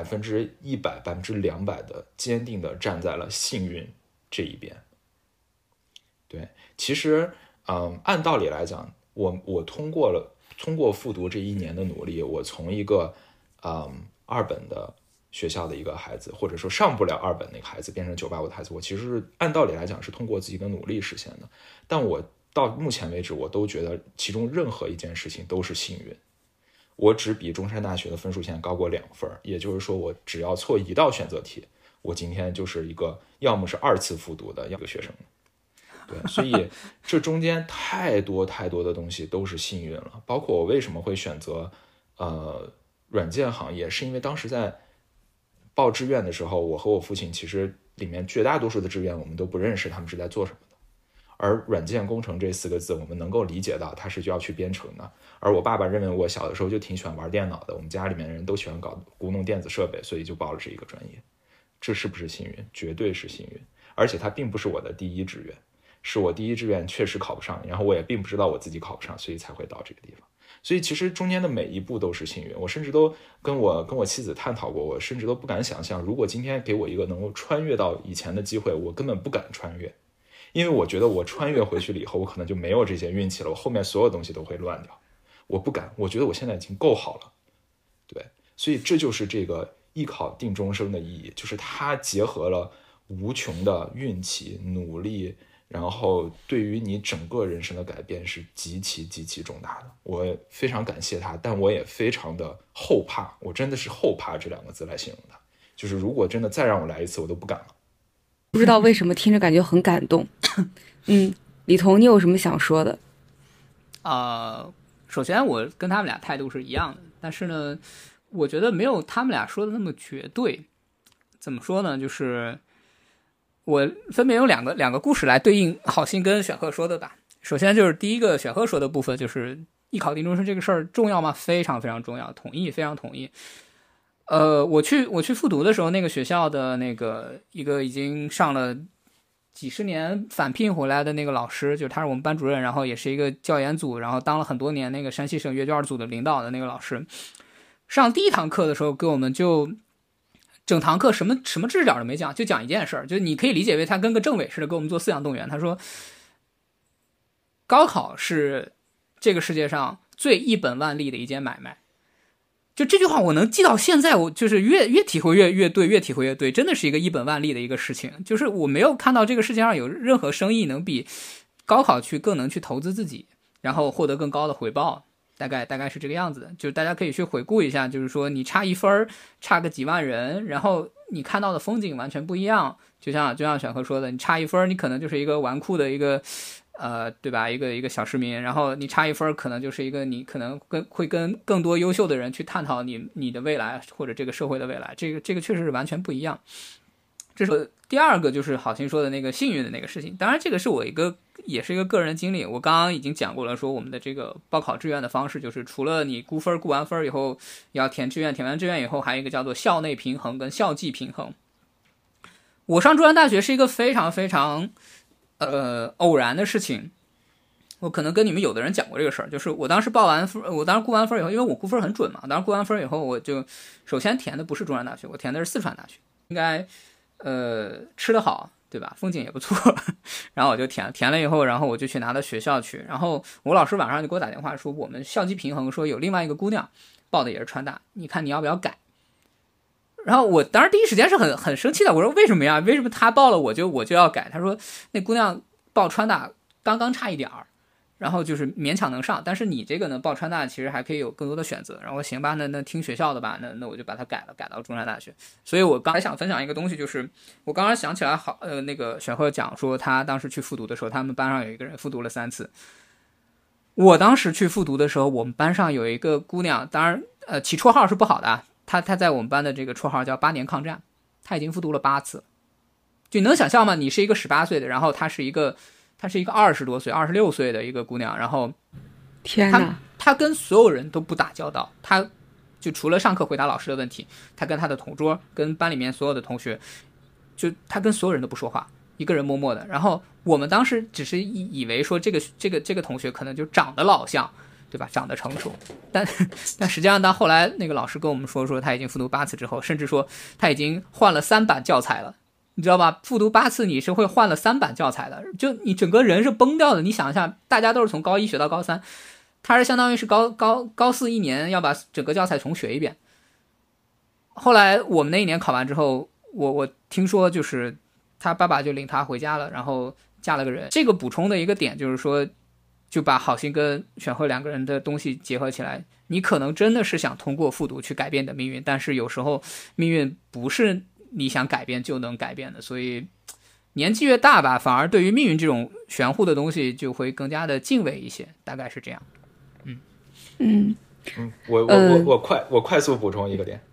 Speaker 2: 100%、200%的坚定的站在了幸运这一边。对，其实按道理来讲，我通过复读这1年的努力，我从一个2本的学校的一个孩子，或者说上不了2本那个孩子变成985的孩子，我其实是按道理来讲是通过自己的努力实现的。但我到目前为止，我都觉得其中任何一件事情都是幸运。我只比中山大学的分数线高过2分，也就是说我只要错1道选择题，我今天就是一个要么是2次复读的一个学生。对，所以这中间太多的东西都是幸运了。包括我为什么会选择软件行业，是因为当时在报志愿的时候，我和我父亲其实里面绝大多数的志愿我们都不认识他们是在做什么的。 而软件工程这4个字我们能够理解到它是需要去编程的。而我爸爸认为我小的时候就挺喜欢玩电脑的，我们家里面的人都喜欢搞古弄电子设备，所以就报了这一个专业。这是不是幸运？绝对是幸运。而且它并不是我的第一志愿，是我第一志愿确实考不上，然后我也并不知道我自己考不上，所以才会到这个地方。所以其实中间的每一步都是幸运。我甚至都跟我妻子探讨过，我甚至都不敢想象，如果今天给我一个能够穿越到以前的机会，我根本不敢穿越，因为我觉得我穿越回去了以后，我可能就没有这些运气了，我后面所有东西都会乱掉。我不敢，我觉得我现在已经够好了。对，所以这就是这个艺考定终生的意义，就是它结合了无穷的运气、努力，然后对于你整个人生的改变是极其极其重大的。我非常感谢他，但我也非常的后怕，我真的是后怕这2个字来形容他，就是如果真的再让我来一次，我都不敢了。
Speaker 1: 不知道为什么听着感觉很感动。李彤，你有什么想说的？
Speaker 3: 首先我跟他们俩态度是一样的，但是呢，我觉得没有他们俩说的那么绝对。怎么说呢？就是我分别用两个故事来对应郝鑫跟选赫说的吧。首先就是第一个选赫说的部分，就是艺考定终身这个事儿重要吗？非常非常重要，同意，非常同意。我去复读的时候，那个学校的那个一个已经上了几十年返聘回来的那个老师，就是他是我们班主任，然后也是一个教研组，然后当了很多年那个山西省阅卷组的领导的那个老师。上第一堂课的时候，给我们就整堂课什么知识点都没讲，就讲一件事儿，就你可以理解为他跟个政委似的给我们做思想动员。他说，高考是这个世界上最一本万利的一件买卖。就这句话我能记到现在，我就是越体会越对，越体会越对，真的是一个一本万利的一个事情。就是我没有看到这个世界上有任何生意能比高考更能去投资自己，然后获得更高的回报。大概是这个样子的，就是大家可以去回顾一下，就是说你差1分，差个几万人，然后你看到的风景完全不一样。就像选赫说的，你差1分，你可能就是一个纨绔的一个对吧？一个小市民，然后你差1分，可能就是一个你可能会跟更多优秀的人去探讨你的未来或者这个社会的未来，这个确实是完全不一样。这是第二个，就是郝鑫说的那个幸运的那个事情。当然，这个是也是一个个人经历。我刚刚已经讲过了，说我们的这个报考志愿的方式，就是除了你估完分以后要填志愿，填完志愿以后还有一个叫做校内平衡跟校际平衡。我上中山大学是一个非常非常偶然的事情。我可能跟你们有的人讲过这个事儿，就是我当时估完分以后，因为我估分很准嘛，当时估完分以后，我就首先填的不是中山大学，我填的是四川大学，应该吃得好，对吧？风景也不错，然后我就填了以后，然后我就去拿到学校去，然后我老师晚上就给我打电话说，我们校际平衡说有另外一个姑娘报的也是川大，你看你要不要改？然后我当时第一时间是很生气的，我说为什么呀？为什么她报了我就要改？他说那姑娘报川大刚刚差一点儿，然后就是勉强能上，但是你这个呢报川大其实还可以有更多的选择。然后行吧，那听学校的吧，那我就把它改到中山大学。所以我刚才想分享一个东西，就是我刚刚想起来那个选赫讲说他当时去复读的时候，他们班上有一个人复读了3次。我当时去复读的时候，我们班上有一个姑娘，当然起绰号是不好的，她在我们班的这个绰号叫8年抗战，她已经复读了8次。就你能想象吗？你是一个18岁的，然后她是一个20多岁、26岁的一个姑娘，然后
Speaker 1: 天哪，
Speaker 3: 她跟所有人都不打交道，她就除了上课回答老师的问题，她跟她的同桌、跟班里面所有的同学，就她跟所有人都不说话，一个人默默的。然后我们当时只是以为说这个同学可能就长得老像，对吧？长得成熟，但实际上到后来那个老师跟我们说他已经复读8次之后，甚至说他已经换了3版教材了。你知道吧？复读8次你是会换了3版教材的，就你整个人是崩掉的。你想一下，大家都是从高1学到高3，他是相当于是高4 1年要把整个教材重学一遍。后来我们那一年考完之后，我听说就是他爸爸就领他回家了，然后嫁了个人。这个补充的一个点就是说，就把郝鑫跟选赫2个人的东西结合起来，你可能真的是想通过复读去改变你的命运，但是有时候命运不是你想改变就能改变的。所以年纪越大吧，反而对于命运这种玄乎的东西就会更加的敬畏一些，大概是这样。
Speaker 2: 我快速补充一个点，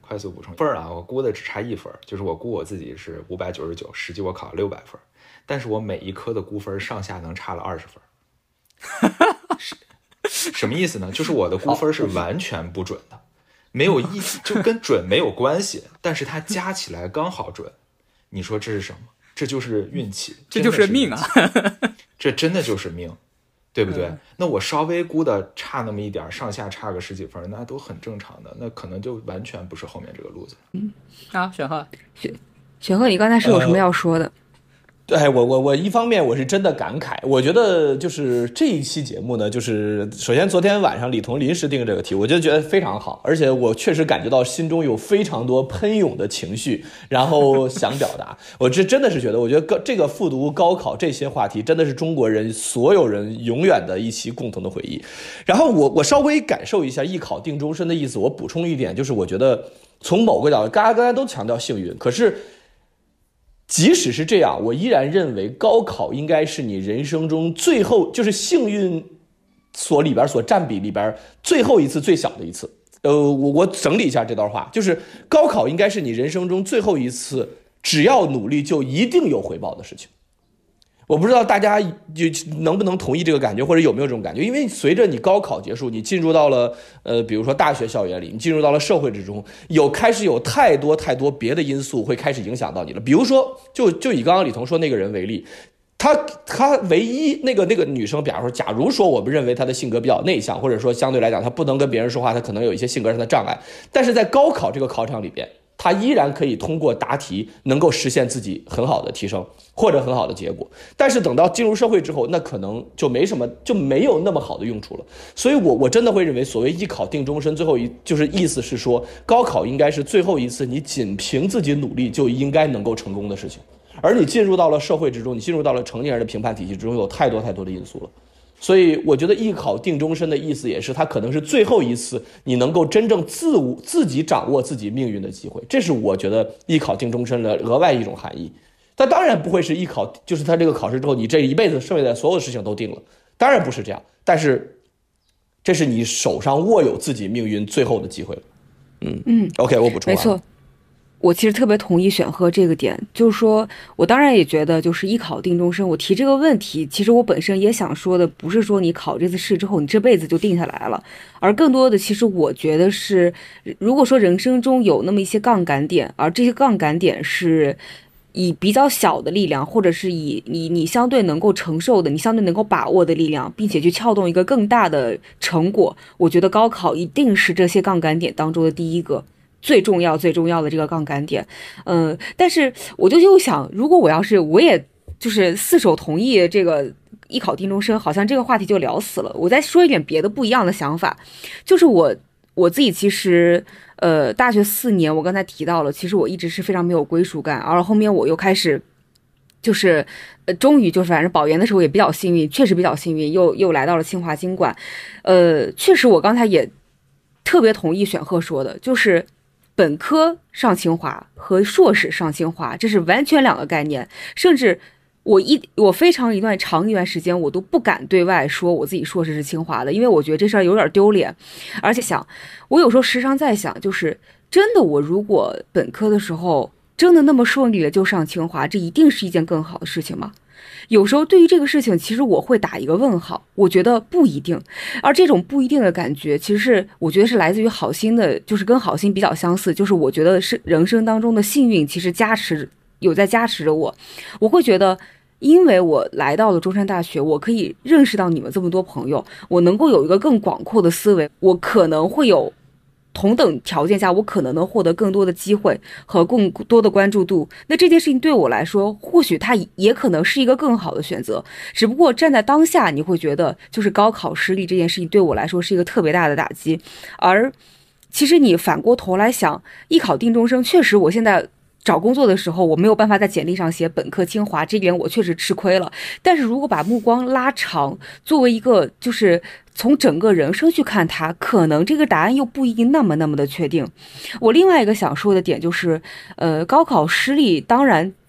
Speaker 2: 快速补充分啊，我估的只差1分，就是我估我自己是599，实际我考了600分，但是我每一科的估分上下能差了20分。什么意思呢？就是我的估分是完全不准的，没有就跟准没有关系，但是它加起来刚好准。你说这是什么？这就是运气，
Speaker 3: 这就是命啊！
Speaker 2: 这真的就是命，对不对？那我稍微估的差那么一点，上下差个10几分，那都很正常的，那可能就完全不是后面这个路子。
Speaker 3: 选赫，
Speaker 1: 选赫，你刚才是有什么要说的？
Speaker 4: 对，我一方面我是真的感慨，我觉得就是这一期节目呢，就是首先昨天晚上李彤临时定这个题，我就觉得非常好，而且我确实感觉到心中有非常多喷涌的情绪，然后想表达。我这真的是觉得，我觉得这个复读高考这些话题真的是中国人所有人永远的一期共同的回忆。然后我稍微感受一下艺考定终身的意思，我补充一点，就是我觉得从某个角度，刚才都强调幸运，可是即使是这样，我依然认为高考应该是你人生中最后，就是幸运所里边所占比里边最后一次最小的一次。我整理一下这段话，就是高考应该是你人生中最后一次只要努力就一定有回报的事情。我不知道大家能不能同意这个感觉，或者有没有这种感觉？因为随着你高考结束，你进入到了比如说大学校园里，你进入到了社会之中，开始有太多别的因素会开始影响到你了。比如说，就以刚刚李彤说那个人为例，他唯一那个女生，比方说，假如说我们认为她的性格比较内向，或者说相对来讲她不能跟别人说话，她可能有一些性格上的障碍，但是在高考这个考场里边，他依然可以通过答题能够实现自己很好的提升或者很好的结果，但是等到进入社会之后，那可能就没有那么好的用处了。所以我真的会认为，所谓艺考定终身，就是意思是说，高考应该是最后一次你仅凭自己努力就应该能够成功的事情，而你进入到了社会之中，你进入到了成年人的评判体系之中，有太多的因素了。所以我觉得艺考定终身的意思也是，它可能是最后一次你能够真正自己掌握自己命运的机会，这是我觉得艺考定终身的额外一种含义。它当然不会是艺考，就是它这个考试之后，你这一辈子剩下的所有事情都定了，当然不是这样。但是这是你手上握有自己命运最后的机会了。OK， 我补充完了。
Speaker 1: 没错。我其实特别同意选赫这个点，就是说我当然也觉得就是艺考定终身，我提这个问题，其实我本身也想说的不是说你考这次试之后你这辈子就定下来了，而更多的其实我觉得是，如果说人生中有那么一些杠杆点，而这些杠杆点是以比较小的力量，或者是以你相对能够承受的，你相对能够把握的力量，并且去撬动一个更大的成果，我觉得高考一定是这些杠杆点当中的第一个最重要的这个杠杆点。但是我就又想，如果我也就是四手同意这个艺考定终身，好像这个话题就聊死了。我再说一点别的不一样的想法，就是我自己其实大学4年，我刚才提到了，其实我一直是非常没有归属感，而后面我又开始就是终于就是反正保研的时候也比较幸运，确实比较幸运，又来到了清华经管。确实我刚才也特别同意选赫说的，就是本科上清华和硕士上清华，这是完全两个概念。甚至我非常长一段时间，我都不敢对外说我自己硕士是清华的，因为我觉得这事儿有点丢脸。而且我有时候时常在想，就是真的，我如果本科的时候真的那么顺利的就上清华，这一定是一件更好的事情吗？有时候对于这个事情，其实我会打一个问号，我觉得不一定。而这种不一定的感觉，其实我觉得是来自于好心的，就是跟好心比较相似，就是我觉得是人生当中的幸运，其实有在加持着我。我会觉得，因为我来到了中山大学，我可以认识到你们这么多朋友，我能够有一个更广阔的思维，我可能会有同等条件下，我可能能获得更多的机会和更多的关注度。那这件事情对我来说，或许它也可能是一个更好的选择。只不过站在当下，你会觉得就是高考失利这件事情对我来说是一个特别大的打击。而其实你反过头来想，艺考定终身，确实我现在找工作的时候，我没有办法在简历上写本科清华，这点我确实吃亏了。但是如果把目光拉长，作为一个就是从整个人生去看它，可能这个答案又不一定那么的确定。我另外一个想说的点就是，高考失利当然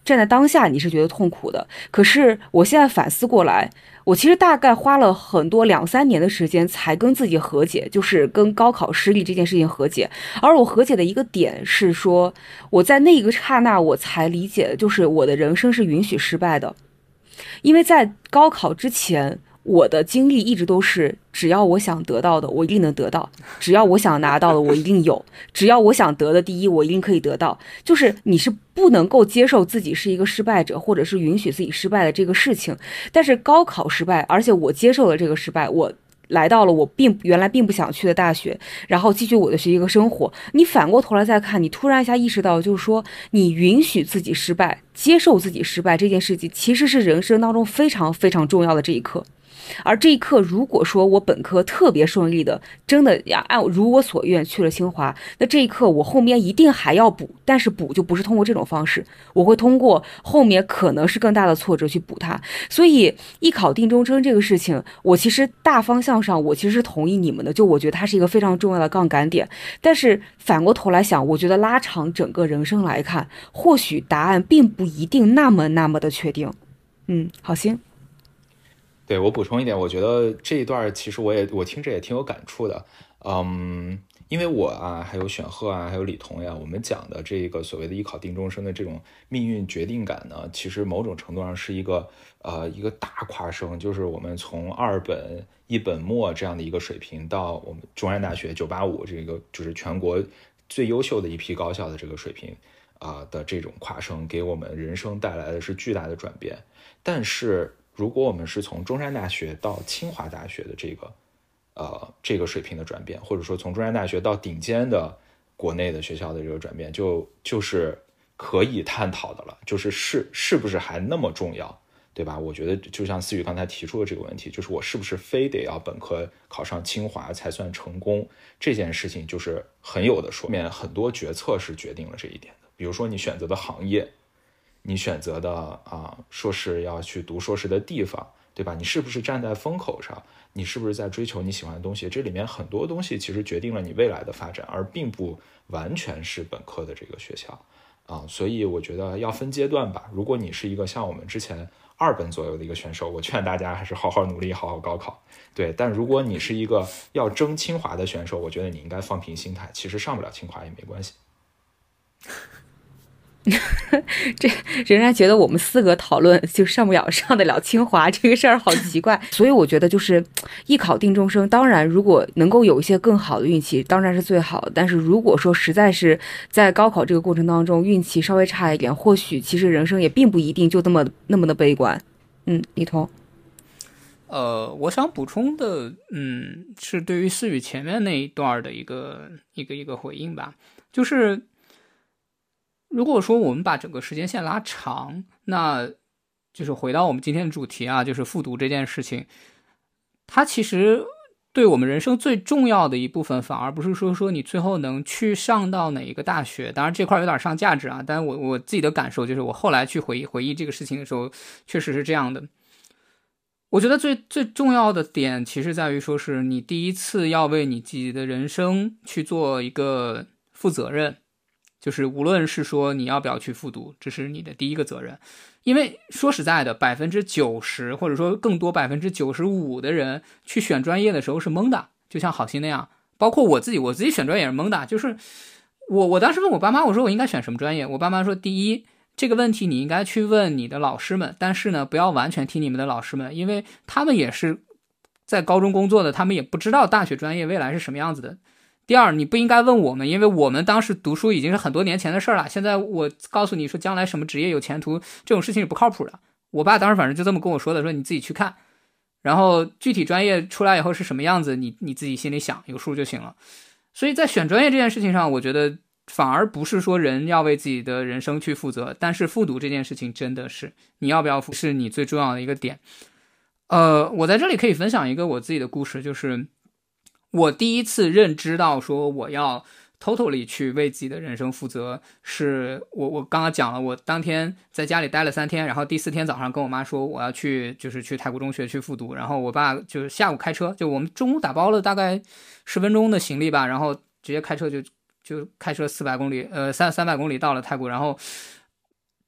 Speaker 1: 站在当下你是觉得痛苦的，可是我现在反思过来，我其实大概花了很多2-3年的时间才跟自己和解，就是跟高考失利这件事情和解。而我和解的一个点是说，我在那一个刹那我才理解，就是我的人生是允许失败的。因为在高考之前，我的经历一直都是，只要我想得到的，我一定能得到；只要我想拿到的，我一定有；只要我想得的第一，我一定可以得到。就是你是不能够接受自己是一个失败者，或者是允许自己失败的这个事情。但是高考失败，而且我接受了这个失败，我来到了我原来并不想去的大学，然后继续我的学习和生活。你反过头来再看，你突然一下意识到，就是说你允许自己失败，接受自己失败这件事情，其实是人生当中非常非常重要的这一刻。而这一刻，如果说我本科特别顺利的，真的按如我所愿去了清华，那这一刻我后面一定还要补，但是补就不是通过这种方式，我会通过后面可能是更大的挫折去补它。所以艺考定终身这个事情，我其实大方向上我其实是同意你们的，就我觉得它是一个非常重要的杠杆点。但是反过头来想，我觉得拉长整个人生来看，或许答案并不一定那么的确定。好心。
Speaker 2: 对，我补充一点，我觉得这一段其实我听着也挺有感触的，因为我啊，还有选赫啊，还有李彤呀，我们讲的这个所谓的艺考定终身的这种命运决定感呢，其实某种程度上是一个大跨升，就是我们从2本1本末这样的一个水平，到我们中山大学985这个就是全国最优秀的一批高校的这个水平的这种跨升，给我们人生带来的是巨大的转变。但是如果我们是从中山大学到清华大学的这个水平的转变，或者说从中山大学到顶尖的国内的学校的这个转变，就是可以探讨的了，就是是不是还那么重要，对吧？我觉得就像思雨刚才提出的这个问题，就是我是不是非得要本科考上清华才算成功，这件事情就是很有的说面，很多决策是决定了这一点的。比如说你选择的行业，你选择的硕士要去读硕士的地方，对吧？你是不是站在风口上？你是不是在追求你喜欢的东西？这里面很多东西其实决定了你未来的发展，而并不完全是本科的这个学校所以我觉得要分阶段吧。如果你是一个像我们之前2本左右的一个选手，我劝大家还是好好努力，好好高考。对，但如果你是一个要争清华的选手，我觉得你应该放平心态，其实上不了清华也没关系。
Speaker 1: 这仍然觉得我们4个讨论就上得了清华这个事儿好奇怪。所以我觉得就是艺考定终生，当然如果能够有一些更好的运气当然是最好的，但是如果说实在是在高考这个过程当中运气稍微差一点，或许其实人生也并不一定就那么的悲观。李彤。
Speaker 3: 我想补充的是对于思雨前面那一段的一个回应吧，就是如果说我们把整个时间线拉长，那就是回到我们今天的主题啊，就是复读这件事情，它其实对我们人生最重要的一部分，反而不是说你最后能去上到哪一个大学，当然这块有点上价值啊，但我自己的感受就是我后来去回忆这个事情的时候，确实是这样的。我觉得最重要的点其实在于说是你第一次要为你自己的人生去做一个负责任，就是无论是说你要不要去复读，这是你的第一个责任。因为说实在的，90%或者说更多95%的人去选专业的时候是懵的，就像好心那样，包括我自己选专业也是懵的。就是我当时问我爸妈，我说我应该选什么专业，我爸妈说第一，这个问题你应该去问你的老师们，但是呢不要完全听你们的老师们，因为他们也是在高中工作的，他们也不知道大学专业未来是什么样子的。第二，你不应该问我们，因为我们当时读书已经是很多年前的事了，现在我告诉你说将来什么职业有前途，这种事情是不靠谱的。我爸当时反正就这么跟我说的，说你自己去看，然后具体专业出来以后是什么样子，你自己心里想有数就行了。所以在选专业这件事情上，我觉得反而不是说人要为自己的人生去负责，但是复读这件事情真的是你要不要复是你最重要的一个点。我在这里可以分享一个我自己的故事，就是我第一次认知到说我要 totally 去为自己的人生负责，是我刚刚讲了，我当天在家里待了3天，然后第4天早上跟我妈说我要去太谷中学去复读，然后我爸就是下午开车，就我们中午打包了大概10分钟的行李吧，然后直接开车就开车400公里300公里到了太谷，然后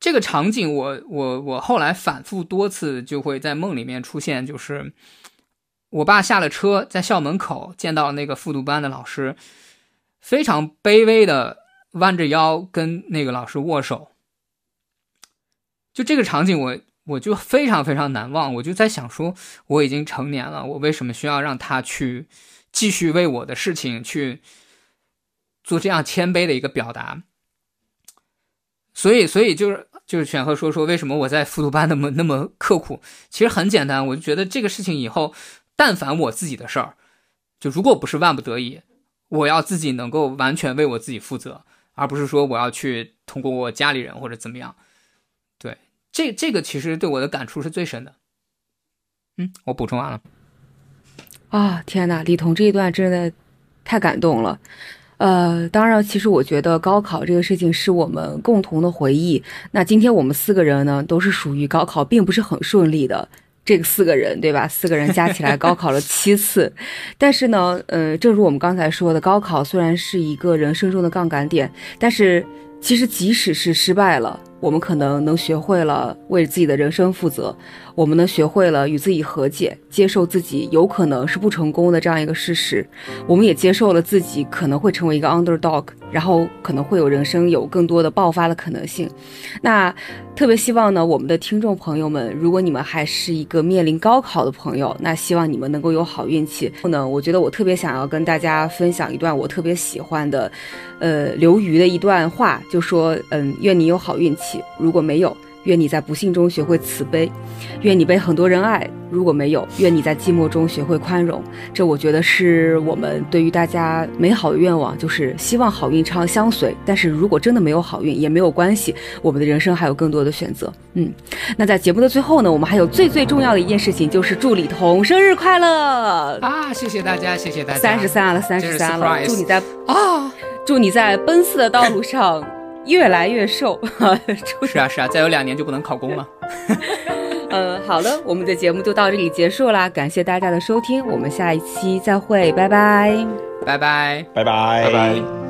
Speaker 3: 这个场景我后来反复多次就会在梦里面出现，就是我爸下了车，在校门口见到那个复读班的老师，非常卑微的弯着腰跟那个老师握手。就这个场景我就非常非常难忘，我就在想说，我已经成年了，我为什么需要让他去继续为我的事情去做这样谦卑的一个表达？所以就是选赫说为什么我在复读班那么刻苦，其实很简单，我就觉得这个事情以后但凡我自己的事儿，就如果不是万不得已，我要自己能够完全为我自己负责，而不是说我要去通过我家里人或者怎么样。对，这个其实对我的感触是最深的。我补充完了。
Speaker 1: 啊，天哪，李彤这一段真的太感动了。当然，其实我觉得高考这个事情是我们共同的回忆。那今天我们4个人呢，都是属于高考并不是很顺利的这个4个人，对吧？4个人加起来高考了7次。但是呢，正如我们刚才说的，高考虽然是一个人生中的杠杆点，但是其实即使是失败了，我们可能能学会了为自己的人生负责，我们能学会了与自己和解，接受自己有可能是不成功的这样一个事实，我们也接受了自己可能会成为一个 underdog， 然后可能会有人生有更多的爆发的可能性。那特别希望呢，我们的听众朋友们，如果你们还是一个面临高考的朋友，那希望你们能够有好运气。我觉得我特别想要跟大家分享一段我特别喜欢的刘瑜的一段话，就说愿你有好运气，如果没有，愿你在不幸中学会慈悲，愿你被很多人爱，如果没有，愿你在寂寞中学会宽容。这我觉得是我们对于大家美好的愿望，就是希望好运常相随，但是如果真的没有好运也没有关系，我们的人生还有更多的选择。那在节目的最后呢，我们还有最重要的一件事情，就是祝李彤生日快乐
Speaker 3: 啊！谢谢大家，谢谢大家。
Speaker 1: 33了，祝你在奔四的道路上越来越瘦。
Speaker 3: 是啊，再有2年就不能考公了。
Speaker 1: 好的，我们的节目就到这里结束啦，感谢大家的收听，我们下一期再会，拜拜，
Speaker 3: 拜拜，
Speaker 2: 拜拜，拜拜。